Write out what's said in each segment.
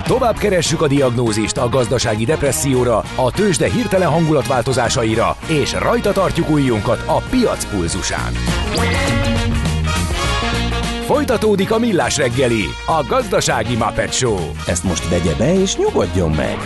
Tovább keressük a diagnózist a gazdasági depresszióra, a tőzsde hirtelen hangulatváltozásaira, és rajta tartjuk ujjunkat a piac pulzusán. Folytatódik a Millás reggeli, a gazdasági Muppet Show. Ezt most vegye be és nyugodjon meg!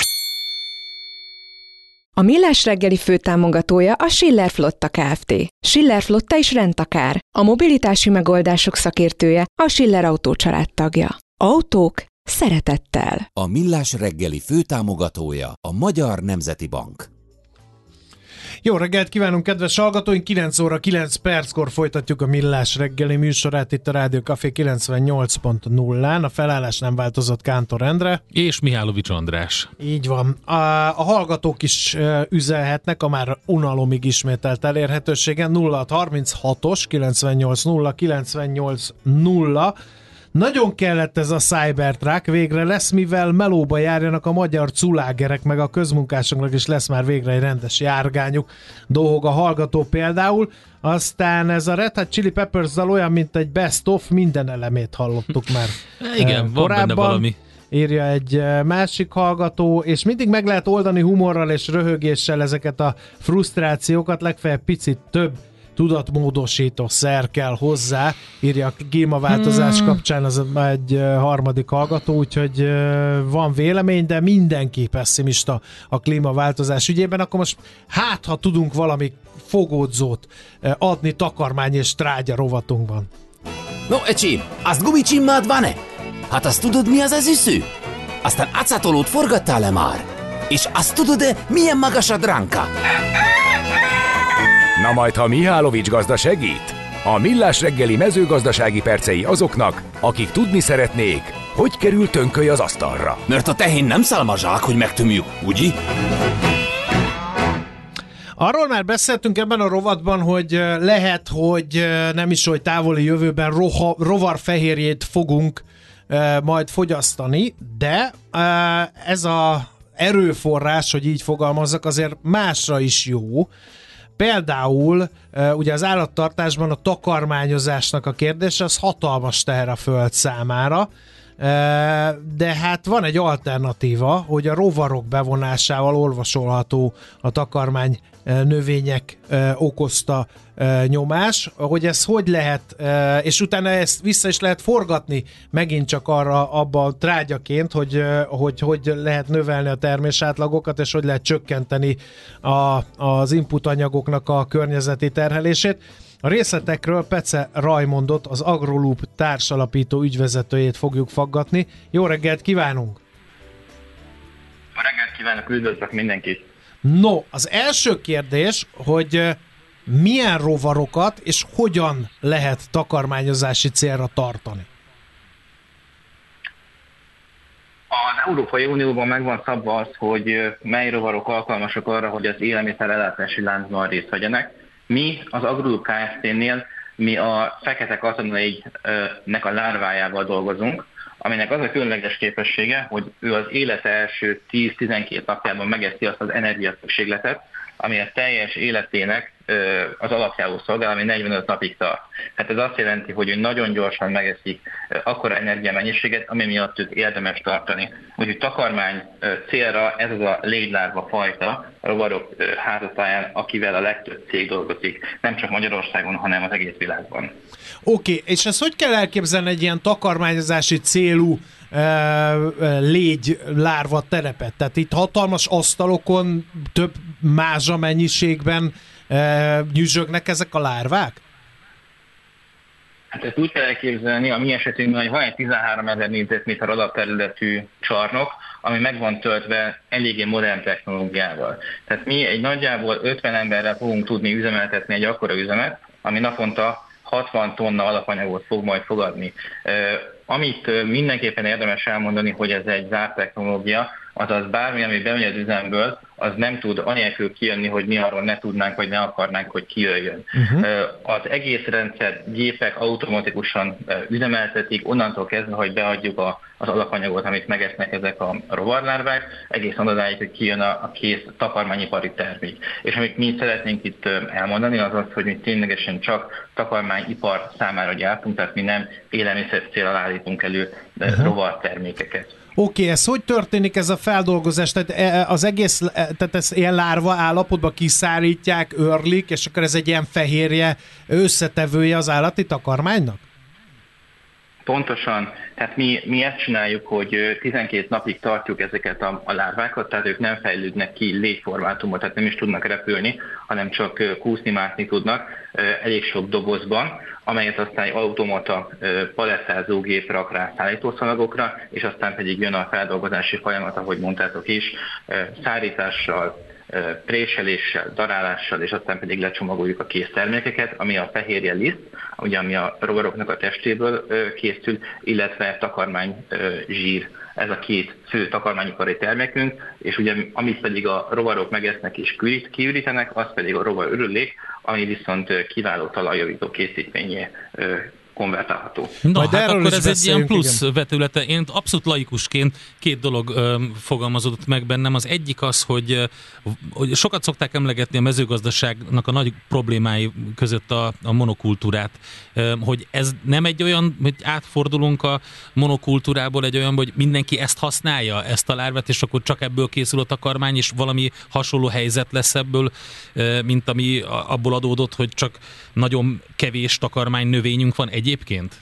A Millás reggeli főtámogatója a Schiller Flotta Kft. Schiller Flotta is rendtakár. A mobilitási megoldások szakértője, a Schiller Autó család tagja. Autók szeretettel. A Millás reggeli főtámogatója a Magyar Nemzeti Bank. Jó reggelt kívánunk, kedves hallgatóink! 9 óra 9 perckor folytatjuk a Millás reggeli műsorát itt a Rádió Café 98.0-án. A felállás nem változott, Kántor Endre. És Mihálovics András. Így van. A hallgatók is üzelhetnek a már unalomig ismételt elérhetőségen. 0636-os 98 98 0. Nagyon kellett ez a Cybertruck, végre lesz, mivel melóba járjanak a magyar culágerek, meg a közmunkásoknak is lesz már végre egy rendes járgányuk, dohog a hallgató például. Aztán ez a Red Hot Chili Peppers dal olyan, mint egy best of, minden elemét hallottuk már. Igen, van benne valami. Írja egy másik hallgató, és mindig meg lehet oldani humorral és röhögéssel ezeket a frusztrációkat, legfeljebb picit több tudatmódosító szer kell hozzá, írja a klímaváltozás kapcsán az egy harmadik hallgató, úgyhogy van vélemény, de mindenki pessimista a klímaváltozás ügyében, akkor most ha tudunk valami fogódzót adni takarmány és trágya rovatunkban. No, ecsi, azt gumicsimmád van-e? Hát azt tudod, mi az az üsző? Aztán acatolót forgattál-e már? És azt tudod-e, milyen magas a dránka? Na majd, ha Mihálovics gazda segít? A Millás reggeli mezőgazdasági percei azoknak, akik tudni szeretnék, hogy kerül tönköly az asztalra. Mert a tehén nem szálmazsák, hogy megtömjük, ugye? Arról már beszéltünk ebben a rovatban, hogy lehet, hogy nem is oly távoli jövőben rovarfehérjét fogunk majd fogyasztani, de ez a erőforrás, hogy így fogalmazzak, azért másra is jó. Például ugye az állattartásban a takarmányozásnak a kérdése az hatalmas teher a föld számára, de hát van egy alternatíva, hogy a rovarok bevonásával orvosolható a takarmány növények okozta nyomás, hogy ez hogy lehet, és utána ezt vissza is lehet forgatni megint csak abba trágyaként, hogy lehet növelni a termésátlagokat, és hogy lehet csökkenteni az input anyagoknak a környezeti terhelését. A részletekről Pece Rajmondot, az Agroloop társalapító ügyvezetőjét fogjuk faggatni. Jó reggelt kívánunk! Jó reggelt kívánok, üdvözlök mindenkit! No, az első kérdés, hogy milyen rovarokat és hogyan lehet takarmányozási célra tartani? Az Európai Unióban megvan szabva az, hogy mely rovarok alkalmasak arra, hogy az élelmiszerellátási láncban részt vegyenek. Mi az Agroloop Kft-nél a fekete katanoidnek a lárvájával dolgozunk, aminek az a különleges képessége, hogy ő az élete első 10-12 napjában megeszi azt az energiaszükségletet, ami a teljes életének az alapjául szolgál, ami 45 napig tart. Hát ez azt jelenti, hogy ő nagyon gyorsan megeszik akkora energiamennyiséget, ami miatt őt érdemes tartani. Úgyhogy takarmány célra ez az a légylárva fajta a rovarok házatáján, akivel a legtöbb cég dolgozik, nem csak Magyarországon, hanem az egész világban. Oké, és ezt hogy kell elképzelni egy ilyen takarmányozási célú légylárva terepet? Tehát itt hatalmas asztalokon több mázsa mennyiségben nyüzsögnek ezek a lárvák? Hát ezt úgy kell elképzelni, a mi esetünkben, hogy van egy 13 000 négyzetméter alapterületű csarnok, ami meg van töltve eléggé modern technológiával. Tehát mi egy nagyjából 50 emberrel fogunk tudni üzemeltetni egy akkora üzemet, ami naponta 60 tonna alapanyagot fog majd fogadni. Amit mindenképpen érdemes elmondani, hogy ez egy zárt technológia, azaz bármi, ami bemegy az üzemből, az nem tud anélkül kijönni, hogy mi arról ne tudnánk, vagy ne akarnánk, hogy kijöjjön. Az egész rendszer gépek automatikusan üzemeltetik, onnantól kezdve, hogy beadjuk az alapanyagot, amit megesznek ezek a rovarlárvák, egészen odáig, hogy kijön a kész takarmányipari termék. És amit mi szeretnénk itt elmondani, az az, hogy mi ténylegesen csak takarmányipar számára gyártunk, tehát mi nem élelmiszer célral állítunk elő rovartermékeket. Oké, ez hogy történik ez a feldolgozás? Tehát az egész, tehát ezt ilyen lárva állapotban kiszárítják, őrlik, és akkor ez egy ilyen fehérje összetevője az állati takarmánynak? Pontosan. Tehát mi ezt csináljuk, hogy 12 napig tartjuk ezeket a lárvákat, tehát ők nem fejlődnek ki légyformátumot, tehát nem is tudnak repülni, hanem csak kúszni-mászni tudnak elég sok dobozban, amelyet aztán egy automata palettázógép rak rá szállítószalagokra, és aztán pedig jön a feldolgozási folyamat, ahogy mondtátok is, szárítással, préseléssel, darálással, és aztán pedig lecsomagoljuk a kész termékeket, ami a fehérje liszt, ugye ami a rovaroknak a testéből készül, illetve takarmány zsír. Ez a két fő takarmányipari termékünk, és ugye amit pedig a rovarok megesznek és kiürítenek, az pedig a rovar örüllék, ami viszont kiváló talajjavító készítményé konvertálható. Na, hát akkor ez egy ilyen plusz vetülete. Én abszolút laikusként két dolog fogalmazódott meg bennem. Az egyik az, hogy sokat szokták emlegetni a mezőgazdaságnak a nagy problémái között a monokultúrát, hogy ez nem egy olyan, hogy átfordulunk a monokultúrából egy olyan, hogy mindenki ezt használja, ezt a lárvát, és akkor csak ebből készül a takarmány, és valami hasonló helyzet lesz ebből, mint ami abból adódott, hogy csak nagyon kevés takarmány növényünk van egyébként?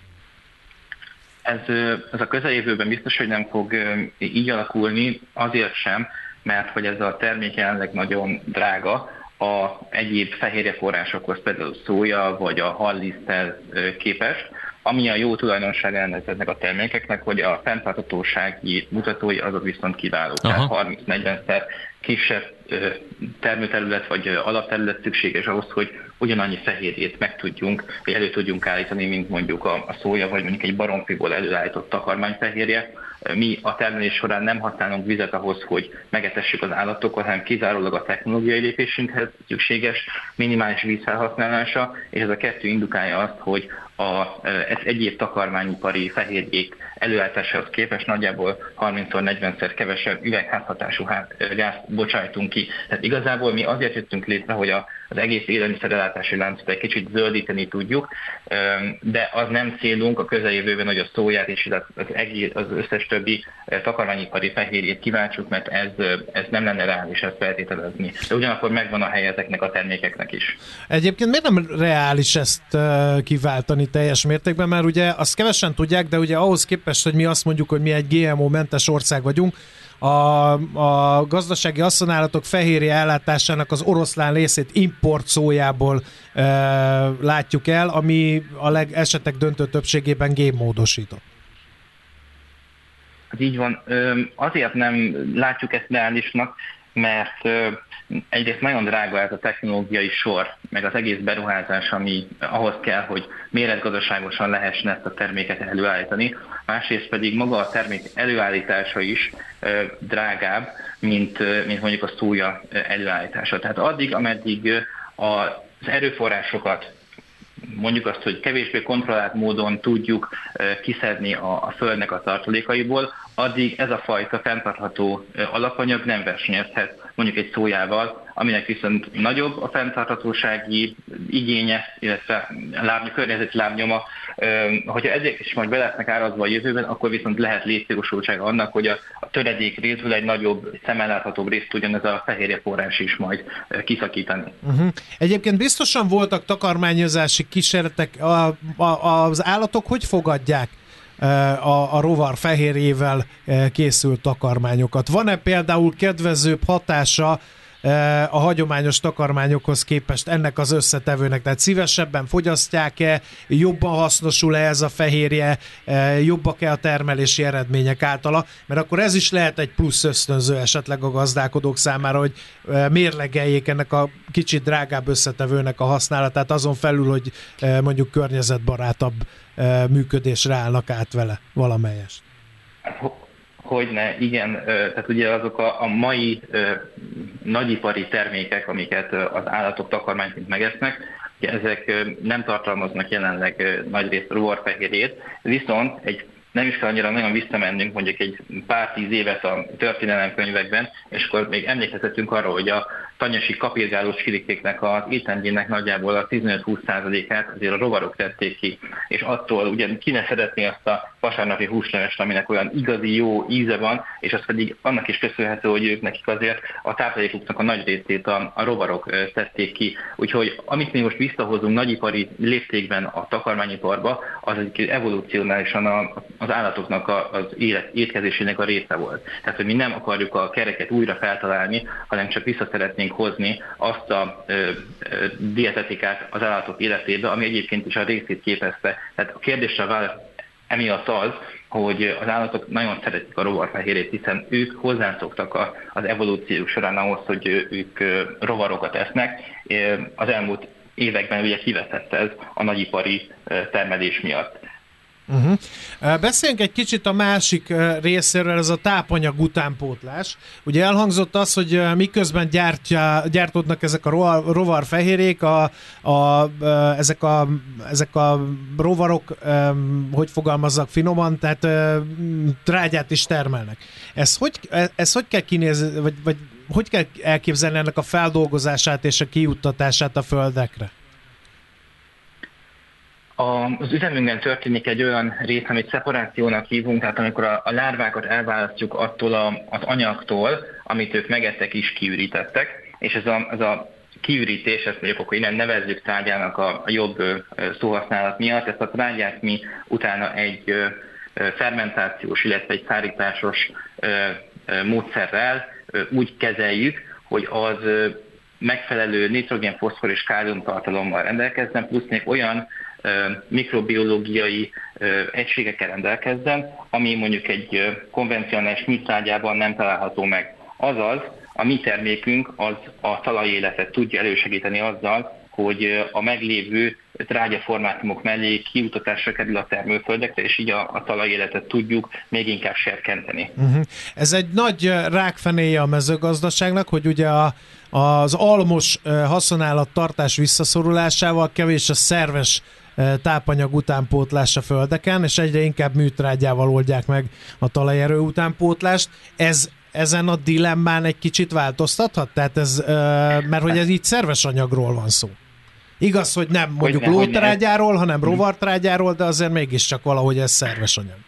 Ez a közeljövőben biztos, hogy nem fog így alakulni, azért sem, mert hogy ez a termék jelenleg nagyon drága a egyéb fehérjeforrásokhoz, például szója vagy a halliszthez képest, ami a jó tulajdonsága ennek a termékeknek, hogy a fenntarthatósági mutatói azok viszont kiválók. Tehát 30-40-szer kisebb termőterület vagy alapterület szükséges ahhoz, hogy ugyanannyi fehérjét meg tudjunk, vagy elő tudjunk állítani, mint mondjuk a szója, vagy mondjuk egy baromfiból előállított takarmányfehérje. Mi a termelés során nem használunk vizet ahhoz, hogy megetessük az állatokat, hanem kizárólag a technológiai lépésünkhez szükséges minimális vízfelhasználása, és ez a kettő indukálja azt, hogy ez egyéb takarmányipari fehérjék előállításához képest nagyjából 30-40-szer kevesebb üvegházhatású gázt bocsájtunk ki. Tehát igazából mi azért jöttünk létre, hogy az egész élelmiszerellátási láncot egy kicsit zöldíteni tudjuk, de az nem célunk a közeljövőben, hogy a szóját és az összes többi takarmányipari fehérjét kiváltsuk, mert ez nem lenne reális ezt feltételezni. De ugyanakkor megvan a hely ezeknek a termékeknek is. Egyébként miért nem reális ezt kiváltani teljes mértékben, mert ugye azt kevesen tudják, de ugye ahhoz képest, hogy mi azt mondjuk, hogy mi egy GMO-mentes ország vagyunk, a gazdasági használatok fehérje ellátásának az oroszlán részét import szójából látjuk el, ami a esetek döntő többségében génmódosított. Hát így van. Azért nem látjuk ezt reálisnak, mert egyrészt nagyon drága ez a technológiai sor, meg az egész beruházás, ami ahhoz kell, hogy méretgazdaságosan lehessen ezt a terméket előállítani. Másrészt pedig maga a termék előállítása is drágább, mint mondjuk a szója előállítása. Tehát addig, ameddig az erőforrásokat, mondjuk azt, hogy kevésbé kontrollált módon tudjuk kiszedni a földnek a tartalékaiból, addig ez a fajta fenntartható alapanyag nem versenyezhet mondjuk egy szójával, aminek viszont nagyobb a fenntarthatósági igénye, illetve környezeti lábnyoma. Hogyha ezek is majd be lesznek árazva a jövőben, akkor viszont lehet létjogosultsága annak, hogy a töredék részből egy nagyobb, szemelláthatóbb részt tudjon ez a fehérjeforrás is majd kiszakítani. Egyébként biztosan voltak takarmányozási kísérletek. Az állatok hogy fogadják a rovar fehérjével készült takarmányokat? Van-e például kedvezőbb hatása a hagyományos takarmányokhoz képest ennek az összetevőnek? Tehát szívesebben fogyasztják-e, jobban hasznosul-e ez a fehérje, jobbak-e a termelési eredmények általa? Mert akkor ez is lehet egy plusz ösztönző esetleg a gazdálkodók számára, hogy mérlegeljék ennek a kicsit drágább összetevőnek a használatát, azon felül, hogy mondjuk környezetbarátabb működésre állnak át vele valamelyest. Hogyne, igen, tehát ugye azok a mai nagyipari termékek, amiket az állatok takarmányként megesznek, ezek nem tartalmaznak jelenleg nagyrészt rovarfehérjét, viszont nem is kell annyira nagyon visszamennünk mondjuk egy pár 10 évet a történelemkönyvekben, és akkor még emlékezhetünk arra, hogy a tanyasi kapirgálós filikéknek az étrendjének nagyjából a 15-20%-át azért a rovarok tették ki, és attól ugye ki ne szeretné azt a vasárnapi húslevest, aminek olyan igazi jó íze van, és az pedig annak is köszönhető, hogy ők nekik azért a táplálékuknak a nagy részét a rovarok tették ki. Úgyhogy amit mi most visszahozunk nagyipari léptékben a takarmányiparba, az egy evolúcionálisan az állatoknak az étkezésének a része volt. Tehát, hogy mi nem akarjuk a kereket újra feltalálni, hanem csak vissza szeretnénk hozni azt a dietetikát az állatok életébe, ami egyébként is a részét képezte. Tehát a kérdésre válasz emiatt az, hogy az állatok nagyon szeretik a rovarfehérjét, hiszen ők hozzászoktak az evolúció során ahhoz, hogy ők rovarokat esznek. Az elmúlt években ugye kiveszett ez a nagyipari termelés miatt. Beszéljünk egy kicsit a másik részéről, ez a tápanyag utánpótlás. Ugye elhangzott az, hogy miközben gyártódnak ezek a rovarfehérjék, ezek a rovarok, hogy fogalmazzak finoman, tehát trágyát is termelnek. Ez hogy kell kinézni, vagy hogy kell elképzelni ennek a feldolgozását és a kijuttatását a földekre? Az üzemünkben történik egy olyan rész, amit szeparációnak hívunk, tehát amikor a lárvákat elválasztjuk attól az anyagtól, amit ők megettek és kiürítettek, és ez a kiürítés, ezt mondjuk akkor innen nevezzük trágyának a jobb szóhasználat miatt, ezt a trágyát mi utána egy fermentációs, illetve egy szárításos módszerrel úgy kezeljük, hogy az megfelelő nitrogén, foszfor és kálium tartalommal rendelkezzen, plusz még olyan mikrobiológiai egységekkel rendelkezzen, ami mondjuk egy konvencionális műtrágyában nem található meg. Azaz, a mi termékünk az a talajéletet tudja elősegíteni azzal, hogy a meglévő trágyaformátumok mellé kiutatásra kerül a termőföldekre, és így a talajéletet tudjuk még inkább serkenteni. Ez egy nagy rákfenéje a mezőgazdaságnak, hogy ugye az almos haszonállattartás visszaszorulásával kevés a szerves tápanyag utánpótlás a földeken, és egyre inkább műtrágyával oldják meg a talajerő utánpótlást. Ezen a dilemmán egy kicsit változtathat? Tehát mert hogy ez így szerves anyagról van szó. Igaz, hogy nem mondjuk lótrágyáról, hanem rovartrágyáról, de azért mégiscsak valahogy ez szerves anyag.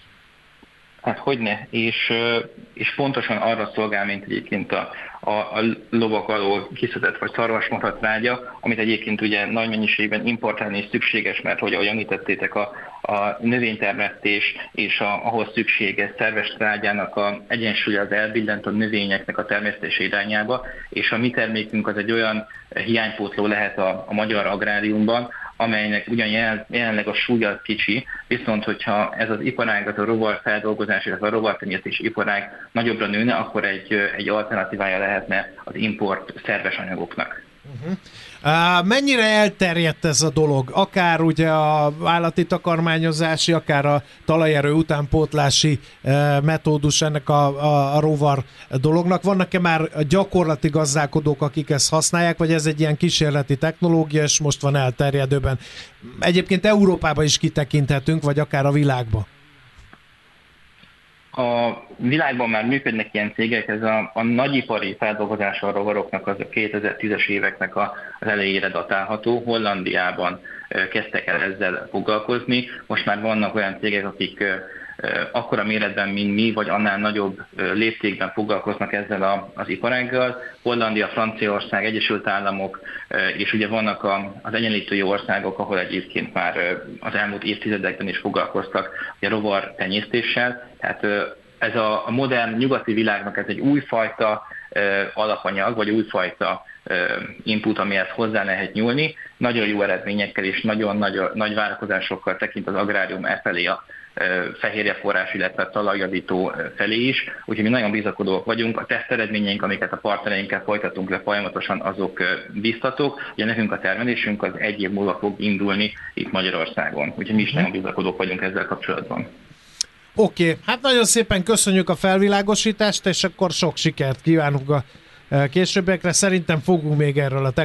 Hát hogyne, és pontosan arra szolgál, mint egyébként a lovak alól kiszedett vagy szarvasmarha trágya, amit egyébként ugye nagy mennyiségben importálni is szükséges, mert hogy ahogy említettétek, a növénytermesztés és ahhoz szükséges szerves trágyának a egyensúlya az elbillent a növényeknek a termesztése irányába, és a mi termékünk az egy olyan hiánypótló lehet a magyar agráriumban, amelynek ugyan jelenleg a súlya kicsi, viszont hogyha ez az iparág, az a rovarfeldolgozás, illetve a rovartenyésztés iparág nagyobbra nőne, akkor egy alternatívája lehetne az import szerves anyagoknak. Mennyire elterjedt ez a dolog? Akár ugye a állati takarmányozási, akár a talajerő utánpótlási metódus ennek a rovar dolognak. Vannak-e már gyakorlati gazdálkodók, akik ezt használják, vagy ez egy ilyen kísérleti technológia, és most van elterjedőben? Egyébként Európában is kitekinthetünk, vagy akár a világban? A világban már működnek ilyen cégek, ez a nagyipari feldolgozása a rovaroknak az a 2010-es éveknek az elejére datálható. Hollandiában kezdtek el ezzel foglalkozni. Most már vannak olyan cégek, akik akkora méretben, mint mi, vagy annál nagyobb léptékben foglalkoznak ezzel az iparággal. Hollandia, Franciaország, Egyesült Államok, és ugye vannak az egyenlítői országok, ahol egyébként már az elmúlt évtizedekben is foglalkoztak a rovar tenyésztéssel. Tehát ez a modern nyugati világnak ez egy újfajta alapanyag, vagy újfajta input, amihez hozzá lehet nyúlni. Nagyon jó eredményekkel és nagyon nagy várakozásokkal tekint az agrárium felé a fehérjeforrás, illetve a talajjavító felé is. Úgyhogy mi nagyon bizakodóak vagyunk. A teszteredményeink, amiket a partnereinkkel folytatunk le folyamatosan, azok biztatók. Ugye nekünk a termelésünk az egy év múlva fog indulni itt Magyarországon. Úgyhogy mi is nagyon bizakodók vagyunk ezzel kapcsolatban. Oké, hát nagyon szépen köszönjük a felvilágosítást, és akkor sok sikert kívánunk a későbbiekre. Szerintem fogunk még erről a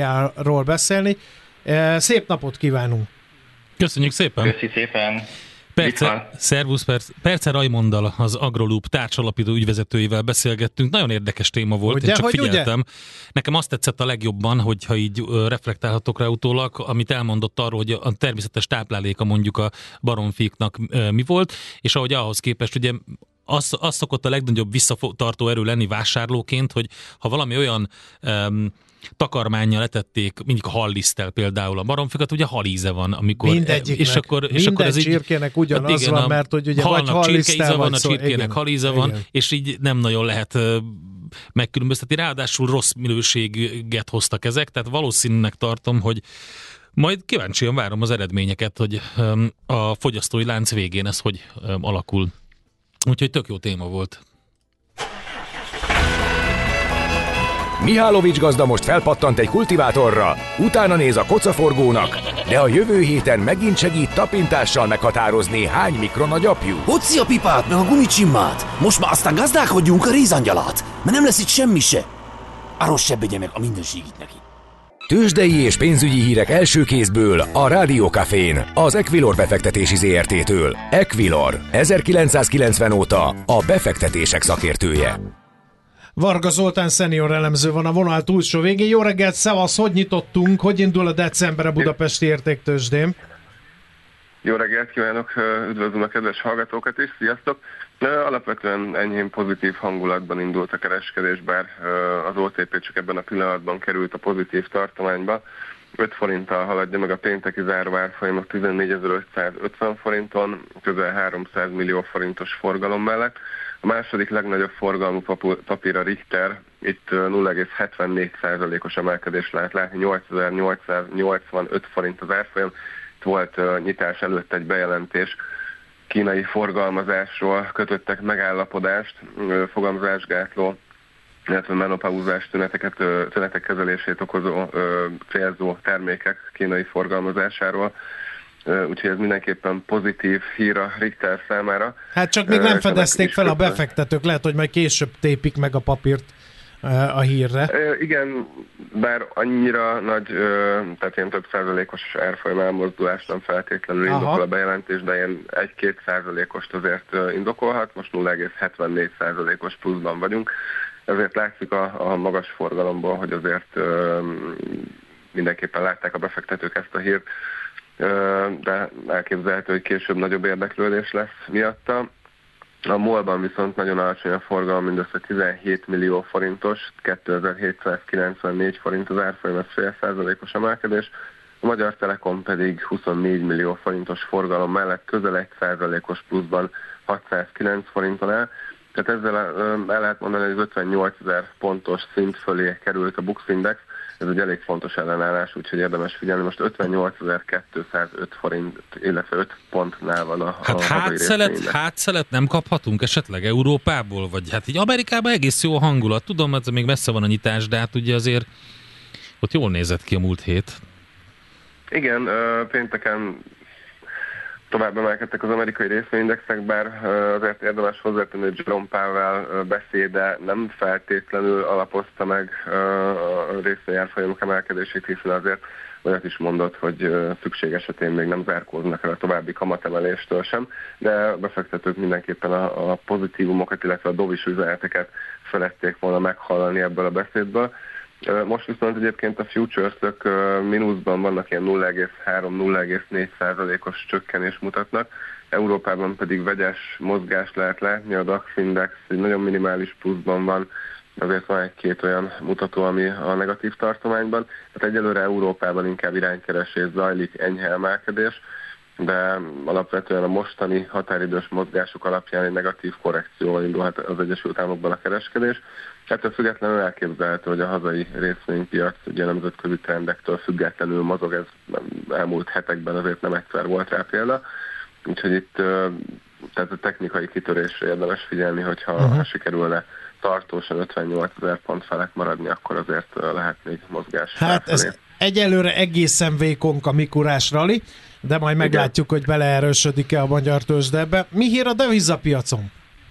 technológiáról beszélni. Szép napot kívánunk! Köszönjük szépen! Köszi szépen! Szervusz, Perce Raimonddal, az Agroloop társalapító ügyvezetőjével beszélgettünk. Nagyon érdekes téma volt, ugye, én csak figyeltem. Ugye? Nekem azt tetszett a legjobban, hogyha így reflektálhatok rá utólag, amit elmondott arról, hogy a természetes tápláléka mondjuk a baromfiknak mi volt, és ahogy ahhoz képest ugye az szokott a legnagyobb visszatartó erő lenni vásárlóként, hogy ha valami olyan takarmánnyal letették, mondjuk a halliszttel például a baromfikat, ugye halíze van, amikor... Mindegyiknek. És akkor ez csirkének ugyanaz igen, van, mert hogy ugye vagy hallisztel van, a csirkének igen, halíze van, és így nem nagyon lehet megkülönböztetni. Ráadásul rossz minőséget hoztak ezek, tehát valószínűnek tartom, hogy majd kíváncsian várom az eredményeket, hogy a fogyasztói lánc végén ez hogy alakul. Úgyhogy tök jó téma volt. Mihálovics gazda most felpattant egy kultivátorra, utána néz a kocaforgónak, de a jövő héten megint segít tapintással meghatározni, hány mikron a gyapjú. Hocsi a pipát, meg a gumicsimmát! Most már aztán gazdálkodjunk a rézangyalat, mert nem lesz itt semmi se. Arról se begye meg a mindenségit neki. Tőzsdei és pénzügyi hírek első kézből a Rádió Cafén, az Equilor befektetési ZRT-től. Equilor, 1990 óta a befektetések szakértője. Varga Zoltán szenior elemző van a vonal túlsó végén. Jó reggelt, szevasz, hogy nyitottunk? Hogy indul a december a budapesti értéktőzsdén? Jó reggelt kívánok, üdvözlöm a kedves hallgatókat is, sziasztok! Alapvetően enyhén pozitív hangulatban indult a kereskedés, bár az OTP csak ebben a pillanatban került a pozitív tartományba. 5 forinttal haladja meg a pénteki záróárfolyamot 14.550 forinton, közel 300 millió forintos forgalom mellett. A második legnagyobb forgalmú papír a Richter, itt 0,74%-os emelkedés lehet látni, 8885 forint az árfolyam. Itt volt nyitás előtt egy bejelentés, kínai forgalmazásról kötöttek megállapodást, fogamzásgátló, illetve menopauzás tünetek kezelését okozó célzó termékek kínai forgalmazásáról. Úgyhogy ez mindenképpen pozitív hír a Richter számára. Hát csak még nem fedezték fel a befektetők, lehet, hogy majd később tépik meg a papírt a hírre. Igen, bár annyira nagy, tehát ilyen több százalékos árfolyam elmozdulás nem feltétlenül indokol a bejelentés, de ilyen 1-2%-ost azért indokolhat, most 0,74%-os pluszban vagyunk. Ezért látszik a magas forgalomból, hogy azért mindenképpen látták a befektetők ezt a hírt, de elképzelhető, hogy később nagyobb érdeklődés lesz miatta. A MOL-ban viszont nagyon alacsony a forgalom, mindössze 17 millió forintos, 2794 forint az árfolyam, ez fél százalékos emelkedés. A Magyar Telekom pedig 24 millió forintos forgalom mellett közel 1%-os pluszban 609 forinton áll. Tehát ezzel el lehet mondani, hogy az 58 000 pontos szint fölé került a Bux Index. Ez egy elég fontos ellenállás, úgyhogy érdemes figyelni. Most 58.205 forint, illetve 5 pontnál van a hátszelet nem kaphatunk esetleg Európából? Vagy hát így Amerikában egész jó a hangulat. Tudom, ez még messze van a nyitás, de hát ugye azért ott jól nézett ki a múlt hét. Igen, pénteken tovább emelkedtek az amerikai részvényindexek, bár azért érdemes hozzátenni, hogy Jerome Powell beszéde nem feltétlenül alapozta meg a részvényárfolyamok emelkedését, hiszen azért olyat is mondott, hogy szükség esetén még nem zárkóznak el a további kamatemeléstől sem, de a befektetők mindenképpen a pozitívumokat, illetve a dovish üzeneteket szerették volna meghallani ebből a beszédből. Most viszont egyébként a futures-ök mínuszban vannak, ilyen 0,3-0,4%-os csökkenés mutatnak. Európában pedig vegyes mozgást lehet látni, a DAX Index egy nagyon minimális pluszban van, azért van egy-két olyan mutató, ami a negatív tartományban. Tehát egyelőre Európában inkább iránykeresés zajlik, enyhe emelkedés, de alapvetően a mostani határidős mozgások alapján egy negatív korrekcióval indulhat az Egyesült Államokban a kereskedés. Ettől függetlenül elképzelhető, hogy a hazai részvénypiac ugye nemzetközi trendektől függetlenül mozog, ez elmúlt hetekben azért nem egyszer volt rá példa. Úgyhogy itt tehát a technikai kitörésre érdemes figyelni, hogyha sikerülne tartósan 58 000 pont felett maradni, akkor azért lehet még mozgás. Hát ez egyelőre egészen vékonk a Mikurás rali, de majd meglátjuk, hogy beleerősödik-e a magyar tőzsde ebbe. Mi hír a devizapiacon?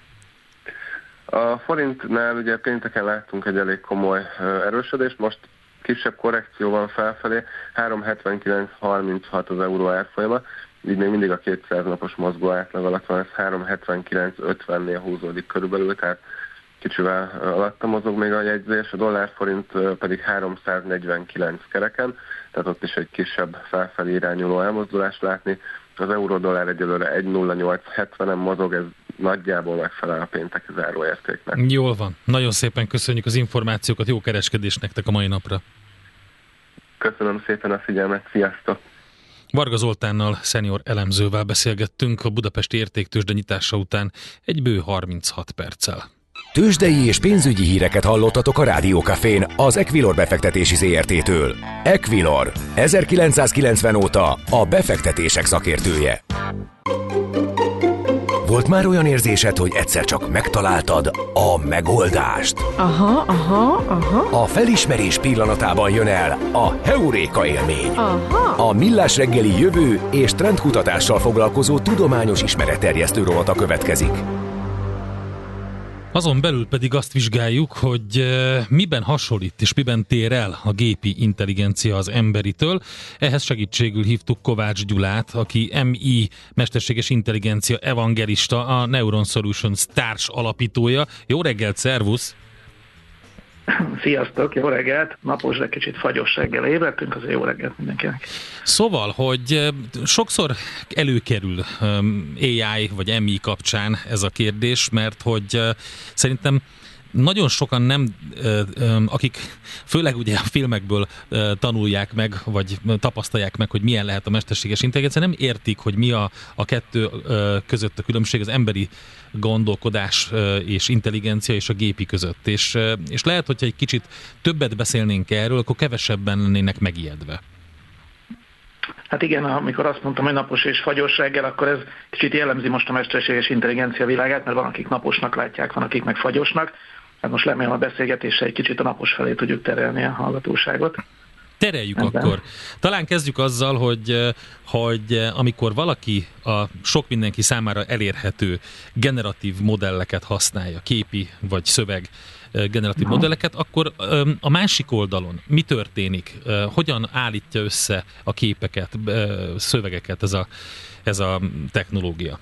A forintnál ugye pénteken láttunk egy elég komoly erősödést, most kisebb korrekció van felfelé, 3,7936 az euró árfolyama. így még mindig a 200 napos mozgó átlag alatt van, ez 3,79-50-nél húzódik körülbelül, tehát kicsivel alatta mozog még a jegyzés, a dollár-forint pedig 349 kereken, tehát ott is egy kisebb felfelé irányuló elmozdulást látni. Az euró-dollár egyelőre 1,0870-en mozog, ez nagyjából megfelel a pénteki záróértéknek. Jól van. Nagyon szépen köszönjük az információkat, jó kereskedés nektek a mai napra. Köszönöm szépen a figyelmet, sziasztok! Varga Zoltánnal, szenior elemzővel beszélgettünk a budapesti értéktőzsde nyitása után egy bő 36 perccel. Tőzsdei és pénzügyi híreket hallottatok a Rádiókafén az Equilor befektetési ZRT-től. Equilor, 1990 óta a befektetések szakértője. Volt már olyan érzésed, hogy egyszer csak megtaláltad a megoldást? Aha. A felismerés pillanatában jön el a heuréka élmény. Aha. A Millás reggeli jövő és trendkutatással foglalkozó tudományos ismeretterjesztő rovata következik. Azon belül pedig azt vizsgáljuk, hogy miben hasonlít és miben tér el a gépi intelligencia az emberitől. Ehhez segítségül hívtuk Kovács Gyulát, aki MI mesterséges intelligencia evangelista, a Neuron Solutions társ alapítója. Jó reggelt, szervusz! Sziasztok, jó reggelt! Napos, de kicsit fagyos reggel ébredtünk, azért jó reggelt mindenkinek. Szóval, hogy sokszor előkerül AI vagy MI kapcsán ez a kérdés, mert hogy szerintem nagyon sokan nem, akik főleg ugye a filmekből tanulják meg, vagy tapasztalják meg, hogy milyen lehet a mesterséges intelligencia, nem értik, hogy mi a kettő között a különbség, az emberi gondolkodás és intelligencia és a gépi között. És lehet, hogyha egy kicsit többet beszélnénk erről, akkor kevesebben lennének megijedve. Hát igen, amikor azt mondtam, hogy napos és fagyos reggel, akkor ez kicsit jellemzi most a mesterséges intelligencia világát, mert van, akik naposnak látják, van, akik meg fagyosnak. Hát most remélem a beszélgetésre egy kicsit a napos felé tudjuk terelni a hallgatóságot. Tereljük akkor. Talán kezdjük azzal, hogy amikor valaki a sok mindenki számára elérhető generatív modelleket használja, képi vagy szöveg generatív modelleket, akkor a másik oldalon mi történik? Hogyan állítja össze a képeket, szövegeket ez a technológia?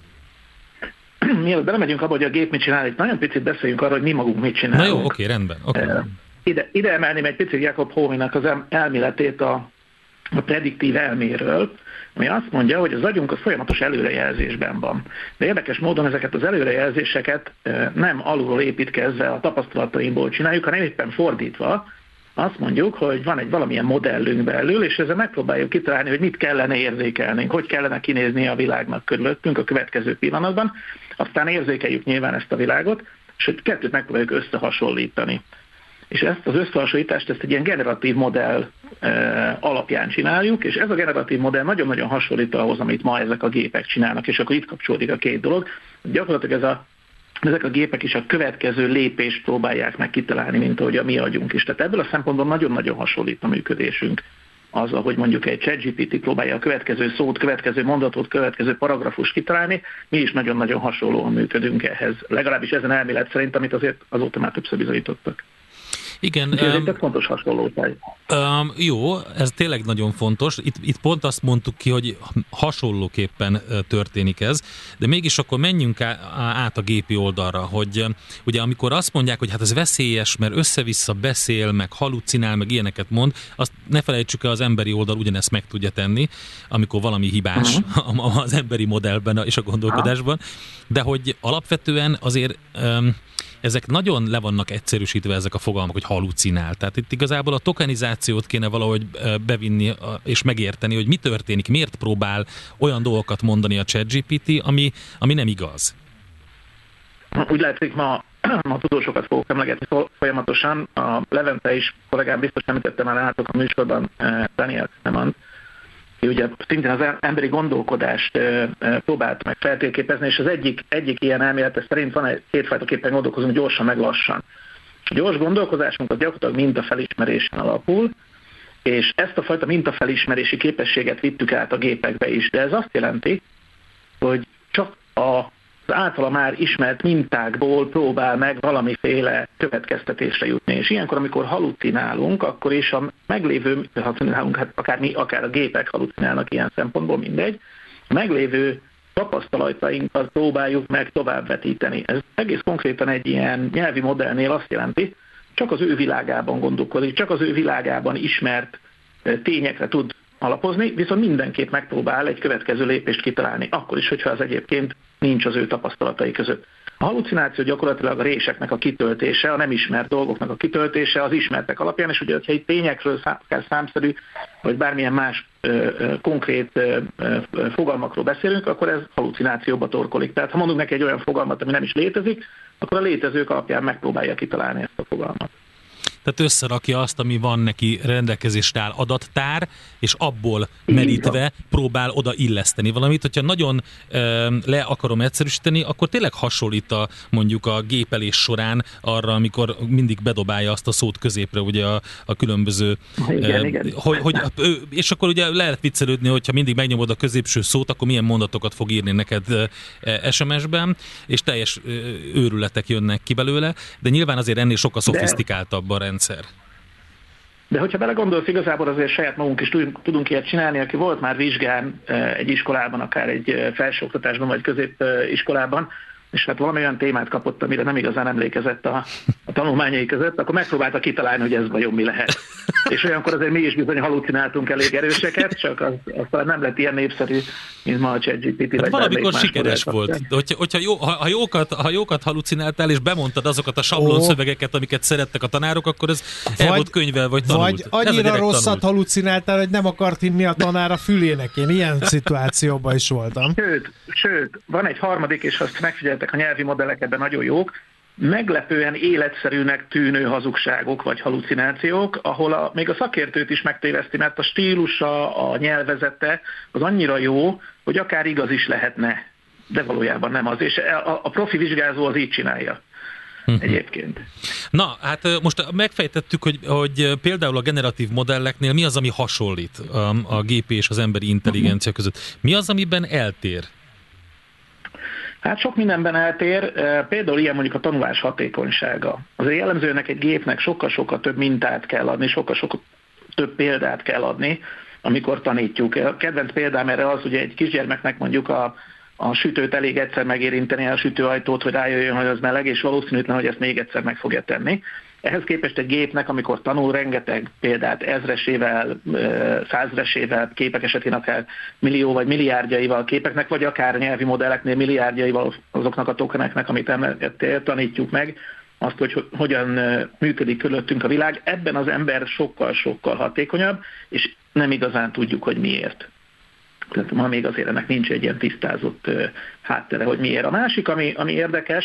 Mielőtt belemegyünk abba, hogy a gép mit csinál, itt nagyon picit beszéljünk arról, hogy mi magunk mit csinálunk. Na jó, oké, rendben. Okay. Ide emelném egy picit Jakob Hohmannnak az elméletét a prediktív elméről, ami azt mondja, hogy az agyunk az folyamatos előrejelzésben van. De érdekes módon ezeket az előrejelzéseket nem alulról építkezve a tapasztalatainkból csináljuk, hanem éppen fordítva. Azt mondjuk, hogy van egy valamilyen modellünk belül, és ezzel megpróbáljuk kitalálni, hogy mit kellene érzékelnünk, hogy kellene kinézni a világnak körülöttünk a következő pillanatban. Aztán érzékeljük nyilván ezt a világot, és hogy kettőt megpróbáljuk összehasonlítani. És ezt az összehasonlítást egy ilyen generatív modell alapján csináljuk, és ez a generatív modell nagyon-nagyon hasonlít ahhoz, amit ma ezek a gépek csinálnak, és akkor itt kapcsolódik a két dolog. Gyakorlatilag ezek a gépek is a következő lépést próbálják meg kitalálni, mint ahogy a mi agyunk is. Tehát ebből a szempontból nagyon-nagyon hasonlít a működésünk azzal, hogy mondjuk egy ChatGPT próbálja a következő szót, következő mondatot, következő paragrafust kitalálni, mi is nagyon-nagyon hasonlóan működünk ehhez. Legalábbis ezen elmélet szerint, amit azért azóta már többször bizonyítottak. Igen. Ez egy fontos hasonlóság. Jó, ez tényleg nagyon fontos. Itt pont azt mondtuk ki, hogy hasonlóképpen történik ez, de mégis akkor menjünk át a gépi oldalra, hogy ugye amikor azt mondják, hogy hát ez veszélyes, mert össze-vissza beszél, meg halucinál, meg ilyeneket mond, azt ne felejtsük el, az emberi oldal ugyanezt meg tudja tenni, amikor valami hibás az emberi modellben és a gondolkodásban, de hogy alapvetően azért ezek nagyon le vannak egyszerűsítve ezek a fogalmak, hogy halucinál. Tehát itt igazából a tokenizációt kéne valahogy bevinni és megérteni, hogy mi történik, miért próbál olyan dolgokat mondani a ChatGPT, ami nem igaz. Úgy látszik, ma tudósokat fogok emlegetni folyamatosan. A Levente is kollégám biztos említette már látok a műsorban Daniel Kahneman, ki ugye szintén az emberi gondolkodást próbált meg feltérképezni, és az egyik ilyen elmélete szerint van kétfajtaképpen gondolkozunk, gyorsan meg lassan. A gyors gondolkozásunk az gyakorlatilag mintafelismerésen alapul, és ezt a fajta mintafelismerési képességet vittük át a gépekbe is, de ez azt jelenti, hogy csak az általa már ismert mintákból próbál meg valamiféle következtetésre jutni. És ilyenkor, amikor halucinálunk, akkor is a meglévő, halucinálunk, hát akár mi, akár a gépek halucinálnak ilyen szempontból, mindegy, meglévő tapasztalatainkat próbáljuk meg továbbvetíteni. Ez egész konkrétan egy ilyen nyelvi modellnél azt jelenti, csak az ő világában gondolkodik, csak az ő világában ismert tényekre tud alapozni, viszont mindenképp megpróbál egy következő lépést kitalálni, akkor is, hogyha az egyébként nincs az ő tapasztalatai között. A halucináció gyakorlatilag a réseknek a kitöltése, a nem ismert dolgoknak a kitöltése az ismertek alapján, és ugye, hogyha egy tényekről, számszerű, vagy bármilyen más konkrét fogalmakról beszélünk, akkor ez halucinációba torkolik. Tehát ha mondunk neki egy olyan fogalmat, ami nem is létezik, akkor a létezők alapján megpróbálja kitalálni ezt a fogalmat. Tehát összerakja azt, ami van neki rendelkezésre áll adattár, és abból merítve próbál oda illeszteni valamit. Hogyha nagyon le akarom egyszerűsíteni, akkor tényleg hasonlít mondjuk a gépelés során arra, amikor mindig bedobálja azt a szót középre, ugye a különböző... Igen. És akkor ugye lehet viccelődni, hogyha mindig megnyomod a középső szót, akkor milyen mondatokat fog írni neked SMS-ben, és teljes őrületek jönnek ki belőle, de nyilván azért ennél sokkal szofisztikáltabb a rendszer. De hogyha belegondolsz, igazából azért saját magunk is tudunk ilyet csinálni, aki volt már vizsgán egy iskolában, akár egy felsőoktatásban, vagy középiskolában, és hát valami olyan témát kapott, amire nem igazán emlékezett a tanulmányai között, akkor megpróbálta kitalálni, hogy ez vajon mi lehet. És olyankor azért mi is bizony halucináltunk elég erőseket, csak az nem lett ilyen népszerű, mint ma a ChatGPT. Hát valamikor sikeres volt. Ha jókat halucináltál, és bemondtad azokat a sablonszövegeket, amiket szerettek a tanárok, akkor ez el volt könyvel, vagy tanult. Vagy annyira rosszat halucináltál, hogy nem akart hinni a tanár a fülének. Én ilyen szituációban is voltam. Sőt, van egy harmadik, és azt megfigyeltek, a nyelvi modellek ebben nagyon jók, meglepően életszerűnek tűnő hazugságok vagy halucinációk, ahol még a szakértőt is megtéveszti, mert a stílusa, a nyelvezete az annyira jó, hogy akár igaz is lehetne, de valójában nem az. És a profi vizsgázó az így csinálja. Egyébként. Na, hát most megfejtettük, hogy például a generatív modelleknél mi az, ami hasonlít a gépi és az emberi intelligencia között. Mi az, amiben eltér? Hát sok mindenben eltér, például ilyen mondjuk a tanulás hatékonysága. Azért jellemzőnek egy gépnek sokkal-sokkal több mintát kell adni, sokkal-sokkal több példát kell adni, amikor tanítjuk. A kedvenc példám erre az, ugye egy kisgyermeknek mondjuk a sütőt elég egyszer megérinteni, a sütőajtót, hogy rájöjjön, hogy az meleg, és valószínűtlen, hogy ezt még egyszer meg fogja tenni. Ehhez képest egy gépnek, amikor tanul, rengeteg példát ezresével, százresével, képek esetén akár millió vagy milliárdjaival képeknek, vagy akár nyelvi modelleknél milliárdjaival azoknak a tokeneknek, amit emlegettél, tanítjuk meg azt, hogy hogyan működik körülöttünk a világ. Ebben az ember sokkal-sokkal hatékonyabb, és nem igazán tudjuk, hogy miért. Tehát ma még azért ennek nincs egy ilyen tisztázott háttere, hogy miért. A másik, ami érdekes,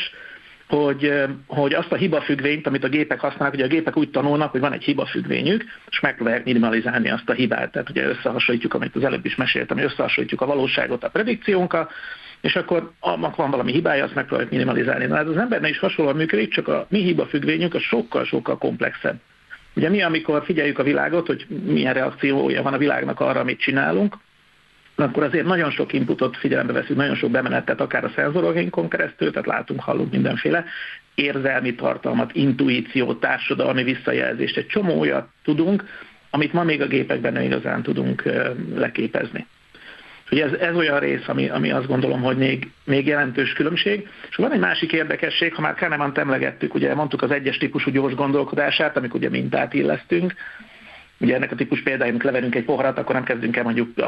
hogy azt a hibafüggvényt, amit a gépek használnak, ugye a gépek úgy tanulnak, hogy van egy hibafüggvényük, és megpróbálják minimalizálni azt a hibát. Tehát ugye összehasonlítjuk, amit az előbb is meséltem, hogy összehasonlítjuk a valóságot a predikciónkkal, és akkor annak van valami hibája, azt megpróbáljuk minimalizálni. Na, hát az embernek is hasonlóan működik, csak a mi hibafüggvényünk az sokkal-sokkal komplexebb. Ugye mi, amikor figyeljük a világot, hogy milyen reakciója van a világnak arra, amit csinálunk, akkor azért nagyon sok inputot figyelembe veszünk, nagyon sok bemenetet, akár a szenzorainkon keresztül, tehát látunk, hallunk mindenféle érzelmi tartalmat, intuíciót, társadalmi visszajelzést, egy csomó olyat tudunk, amit ma még a gépekben nem igazán tudunk leképezni. Ugye ez olyan rész, ami azt gondolom, hogy még jelentős különbség. És van egy másik érdekesség, ha már Kahnemant emlegettük, ugye mondtuk az egyes típusú gyors gondolkodását, amikor ugye mintát illesztünk. Ugye ennek a típus például, amikor leverünk egy poharat, akkor nem kezdünk el mondjuk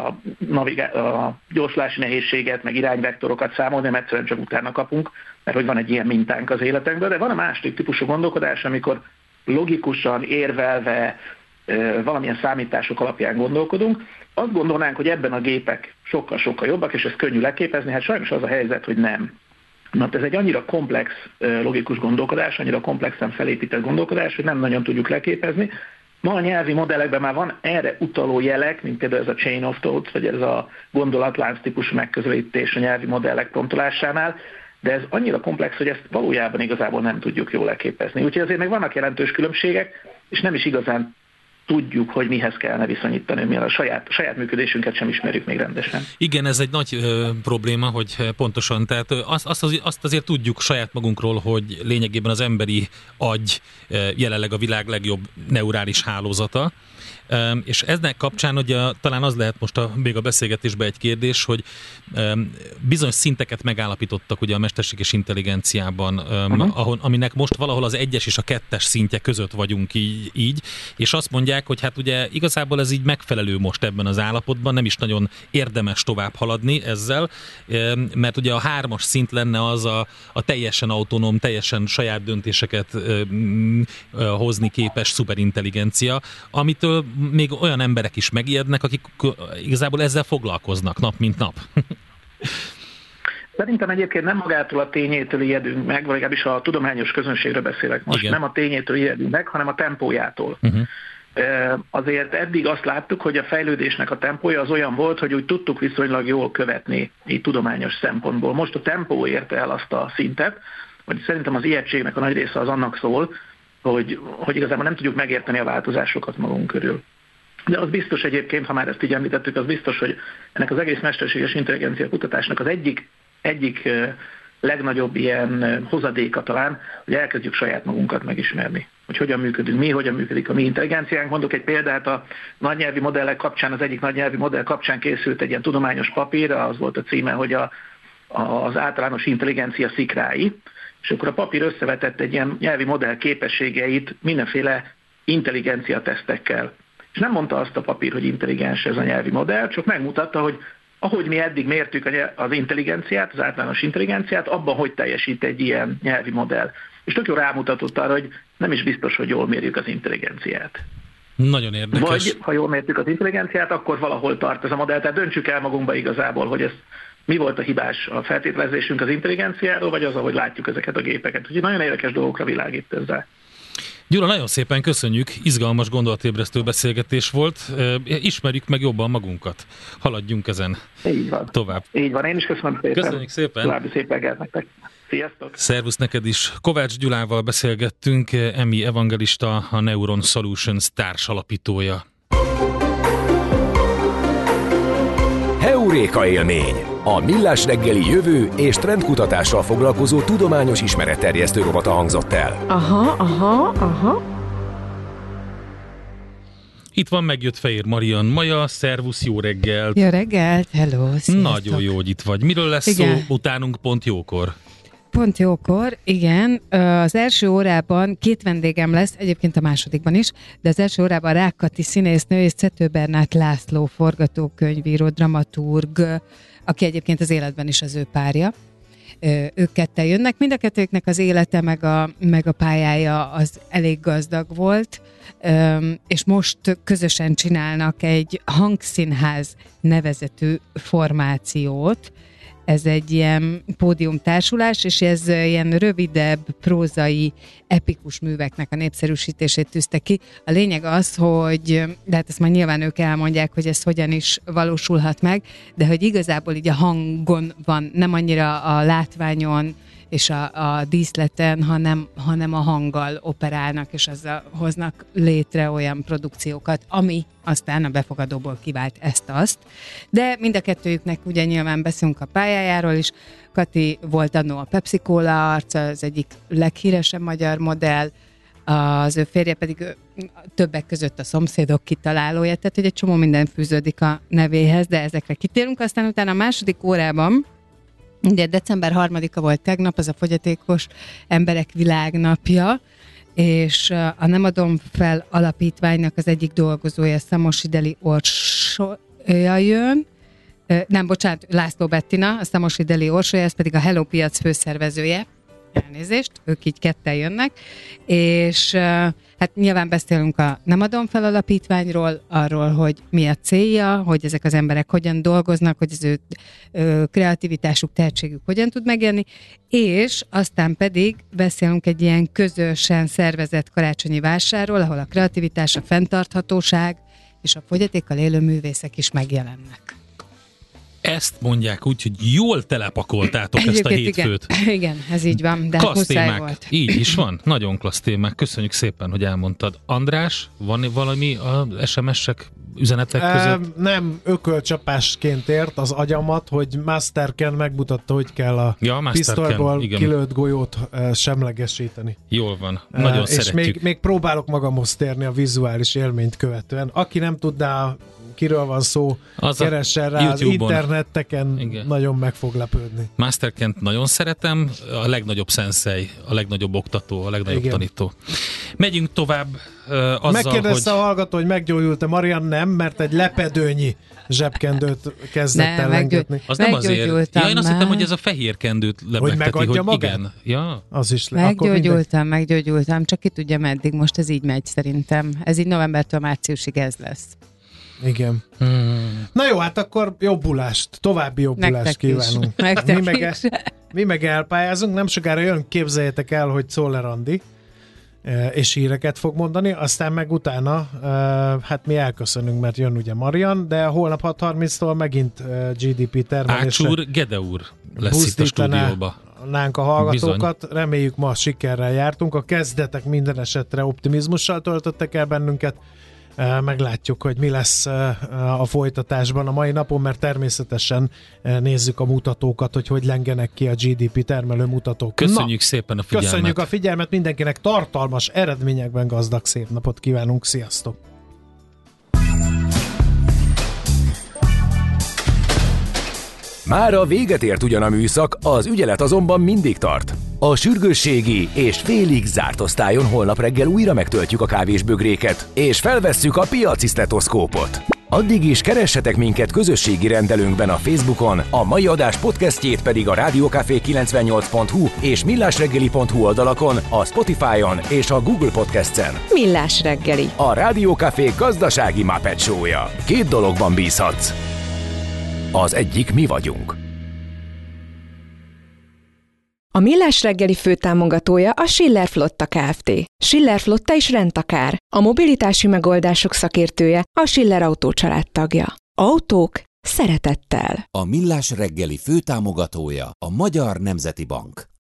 a gyorsulási nehézséget, meg irányvektorokat számolni, mert egyszerűen csak utána kapunk, mert hogy van egy ilyen mintánk az életünkben. De van a másik típusú gondolkodás, amikor logikusan, érvelve, valamilyen számítások alapján gondolkodunk. Azt gondolnánk, hogy ebben a gépek sokkal-sokkal jobbak, és ez könnyű leképezni, hát sajnos az a helyzet, hogy nem. Mert ez egy annyira komplex logikus gondolkodás, annyira komplexen felépített gondolkodás, hogy nem nagyon tudjuk leképezni. Ma a nyelvi modellekben már van erre utaló jelek, mint például ez a chain of thoughts, vagy ez a gondolatlánc típusú megközelítés a nyelvi modellek promptolásánál, de ez annyira komplex, hogy ezt valójában igazából nem tudjuk jól leképezni. Úgyhogy azért még vannak jelentős különbségek, és nem is igazán tudjuk, hogy mihez kellene viszonyítani, mivel a saját működésünket sem ismerjük még rendesen. Igen, ez egy nagy probléma, hogy pontosan, tehát azt azért tudjuk saját magunkról, hogy lényegében az emberi agy jelenleg a világ legjobb neurális hálózata, és eznek kapcsán ugye talán az lehet most még a beszélgetésben egy kérdés, hogy bizonyos szinteket megállapítottak ugye a mesterséges intelligenciában, aminek most valahol az 1-es és a 2-es szintje között vagyunk így, és azt mondják, hogy hát ugye igazából ez így megfelelő most ebben az állapotban, nem is nagyon érdemes tovább haladni ezzel, mert ugye a 3-as szint lenne az a teljesen autonóm, teljesen saját döntéseket hozni képes szuperintelligencia, amitől még olyan emberek is megijednek, akik igazából ezzel foglalkoznak nap mint nap. Szerintem egyébként nem magától a tényétől ijedünk meg, vagy legalábbis a tudományos közönségről beszélek most, igen. Nem a tényétől ijedünk meg, hanem a tempójától. Azért eddig azt láttuk, hogy a fejlődésnek a tempója az olyan volt, hogy úgy tudtuk viszonylag jól követni így tudományos szempontból. Most a tempó érte el azt a szintet, hogy szerintem az ijegységnek a nagy része az annak szól, hogy igazából nem tudjuk megérteni a változásokat magunk körül. De az biztos egyébként, ha már ezt így említettük, az biztos, hogy ennek az egész mesterséges intelligencia kutatásnak az egyik legnagyobb ilyen hozadéka talán, hogy elkezdjük saját magunkat megismerni. Hogy hogyan működünk mi, hogyan működik a mi intelligenciánk. Mondok egy példát, a nagynyelvi modellek kapcsán, az egyik nagynyelvi modell kapcsán készült egy ilyen tudományos papír, az volt a címe, hogy az általános intelligencia szikrái, és akkor a papír összevetett egy ilyen nyelvi modell képességeit mindenféle intelligencia tesztekkel. És nem mondta azt a papír, hogy intelligens ez a nyelvi modell, csak megmutatta, hogy ahogy mi eddig mértük az intelligenciát, az általános intelligenciát, abban hogy teljesít egy ilyen nyelvi modell. És tök jól rámutatott arra, hogy nem is biztos, hogy jól mérjük az intelligenciát. Nagyon érdekes. Vagy ha jól mértük az intelligenciát, akkor valahol tart ez a modell. Tehát döntsük el magunkba igazából, hogy ez mi volt a hibás, a feltételezésünk az intelligenciáról, vagy az, ahogy látjuk ezeket a gépeket. Úgyhogy nagyon érdekes dolgokra világít ezzel. Gyula, nagyon szépen köszönjük, izgalmas gondolatébresztő beszélgetés volt. Ismerjük meg jobban magunkat. Haladjunk ezen így van. Tovább. Így van, én is köszönöm szépen. Köszönjük szépen. További szép reggelt nektek. Sziasztok! Szervusz neked is. Kovács Gyulával beszélgettünk, Emi Evangelista, a Neuron Solutions társalapítója. Heuréka élmény! A Millás reggeli jövő és trendkutatással foglalkozó tudományos ismeretterjesztő rovata hangzott el. Aha. Itt van, megjött Fehér Marian Maja, szervusz, jó reggelt! Jó reggelt, hello, sziasztok! Nagyon jó, hogy itt vagy. Miről lesz szó utánunk pont jókor? Pont jókor, igen. Az első órában 2 vendégem lesz, egyébként a másodikban is, de az első órában Rák Kati színésznő és Czető Bernát László forgatókönyvíró, dramaturg, aki egyébként az életben is az ő párja. Ők ketten jönnek. Mind a kettőknek az élete meg a pályája az elég gazdag volt, és most közösen csinálnak egy hangszínház nevezetű formációt. Ez egy ilyen pódiumtársulás, és ez ilyen rövidebb, prózai, epikus műveknek a népszerűsítését tűzte ki. A lényeg az, hogy, de hát ezt már nyilván ők elmondják, hogy ez hogyan is valósulhat meg, de hogy igazából így a hangon van, nem annyira a látványon és a díszleten, hanem a hanggal operálnak, és azzal hoznak létre olyan produkciókat, ami aztán a befogadóból kivált ezt-azt. De mind a kettőjüknek ugye nyilván beszélünk a pályájáról is. Kati volt annó a Pepsi Cola arca, az egyik leghíresebb magyar modell, az ő férje pedig többek között a Szomszédok kitalálója, tehát hogy egy csomó minden fűződik a nevéhez, de ezekre kitérünk. Aztán utána a második órában, ugye december 3-a volt tegnap, az a fogyatékos emberek világnapja, és a Nem adom fel alapítványnak az egyik dolgozója, Szamosy-Deli Orsolya jön, László Bettina, a Szamosy-Deli Orsolya, ez pedig a Hello Piac főszervezője, elnézést, ők így ketten jönnek, és hát nyilván beszélünk a Nem adom fel alapítványról, arról, hogy mi a célja, hogy ezek az emberek hogyan dolgoznak, hogy az ő kreativitásuk, tehetségük hogyan tud megjelenni, és aztán pedig beszélünk egy ilyen közösen szervezett karácsonyi vásárról, ahol a kreativitás, a fenntarthatóság és a fogyatékkal élő művészek is megjelennek. Ezt mondják úgy, hogy jól telepakoltátok ezt a hétfőt. Igen, ez így van, de klassz témák. volt. Így is van, nagyon klassz témák. Köszönjük szépen, hogy elmondtad. András, van valami a SMS-ek, üzenetek között? Nem, ökölcsapásként ért az agyamat, hogy Masterken megmutatta, hogy kell a pisztolyból kilőtt golyót semlegesíteni. Jól van, nagyon szeretjük. És még próbálok magamhoz térni a vizuális élményt követően. Aki nem tudná, kiről van szó, keressen rá az interneteken, igen. Nagyon meg fog lepődni. Masterkent nagyon szeretem, a legnagyobb sensei, a legnagyobb oktató, a legnagyobb igen. tanító. Megyünk tovább azzal, megkérdezte a hallgató, hogy meggyógyult-e Marian, nem, mert egy lepedőnyi zsebkendőt kezdett ellengetni. Az nem azért. Ja, én azt hittem, hogy ez a fehér kendőt lebegteti. Hogy megadja magát? Igen. Ja. Az is meggyógyultam, csak ki tudja meddig, most ez így megy szerintem. Ez így novembertől márciusig ez lesz. Igen. Na jó, hát akkor jobbulást, további jobbulást kívánunk. Mi meg elpályázunk, nem sokára jön, képzeljétek el, hogy Czoller Andi, és híreket fog mondani, aztán meg utána hát mi elköszönünk, mert jön ugye Marian, de holnap 6:30-tól megint GDP termelése. Ácsúr, Gede úr lesz itt a stúdióba. A hallgatókat. Bizony. Reméljük ma sikerrel jártunk, a kezdetek minden esetre optimizmussal töltöttek el bennünket, meglátjuk, hogy mi lesz a folytatásban a mai napon, mert természetesen nézzük a mutatókat, hogy lengenek ki a GDP termelő mutatók. Köszönjük szépen a figyelmet. Köszönjük a figyelmet, mindenkinek tartalmas eredményekben gazdag szép napot kívánunk, sziasztok! Mára véget ért ugyan a műszak, az ügyelet azonban mindig tart. A sürgősségi és félig zárt osztályon holnap reggel újra megtöltjük a kávésbögréket, és felvesszük a piaci sztetoszkópot. Addig is keressetek minket közösségi rendelőnkben a Facebookon, a mai adás podcastjét pedig a radiocafé98.hu és millásreggeli.hu oldalakon, a Spotify-on és a Google Podcast-en. Millás reggeli. A Rádió Café gazdasági Muppet Show-ja. 2 dologban bízhatsz. Az egyik mi vagyunk. A Millás reggeli főtámogatója a Schiller Flotta Kft. Schiller Flotta is rendtakár. A mobilitási megoldások szakértője, a Schiller Autó családtagja. Autók szeretettel. A Millás reggeli főtámogatója a Magyar Nemzeti Bank.